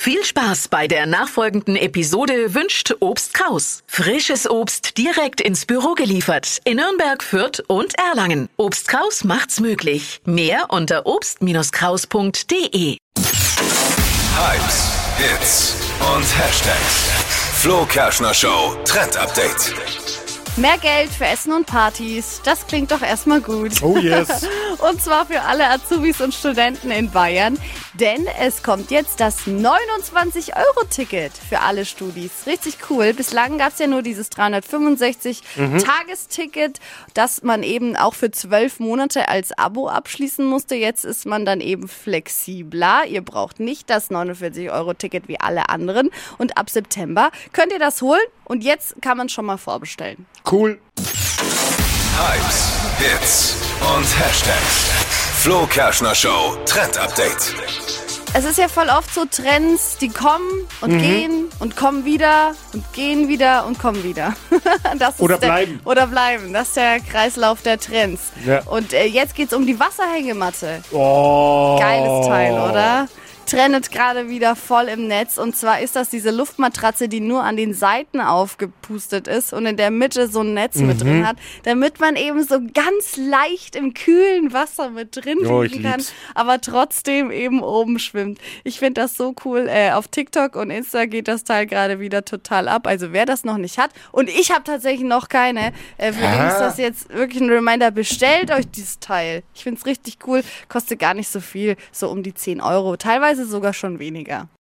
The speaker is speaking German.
Viel Spaß bei der nachfolgenden Episode wünscht Obst Kraus. Frisches Obst direkt ins Büro geliefert in Nürnberg, Fürth und Erlangen. Obst Kraus macht's möglich. Mehr unter obst-kraus.de. Hypes, Hits und Hashtags. Flo Kerschner Show Trend Update. Mehr Geld für Essen und Partys, das klingt doch erstmal gut. Oh yes. Und zwar für alle Azubis und Studenten in Bayern, denn es kommt jetzt das 29-Euro-Ticket für alle Studis. Richtig cool. Bislang gab es ja nur dieses 365-Tagesticket, das man eben auch für 12 Monate als Abo abschließen musste. Jetzt ist man dann eben flexibler. Ihr braucht nicht das 49-Euro-Ticket wie alle anderen. Und ab September könnt ihr das holen und jetzt kann man schon mal vorbestellen. Cool. Hypes, Hits und Hashtags. Flo Kerschner Show Trend Update. Es ist ja voll oft so Trends, die kommen und gehen und kommen wieder und gehen wieder und kommen wieder. Bleiben. Oder bleiben. Das ist der Kreislauf der Trends. Ja. Und jetzt geht's um die Wasserhängematte. Oh. Geiles Teil, oder? Trendet gerade wieder voll im Netz. Und zwar ist das diese Luftmatratze, die nur an den Seiten aufgepustet ist und in der Mitte so ein Netz mit drin hat, damit man eben so ganz leicht im kühlen Wasser mit drin liegen kann, aber trotzdem eben oben schwimmt. Ich finde das so cool. Auf TikTok und Insta geht das Teil gerade wieder total ab. Also wer das noch nicht hat, und ich habe tatsächlich noch keine, für den ist das jetzt wirklich ein Reminder, bestellt euch dieses Teil. Ich finde es richtig cool, kostet gar nicht so viel, so um die 10 Euro, teilweise sogar schon weniger.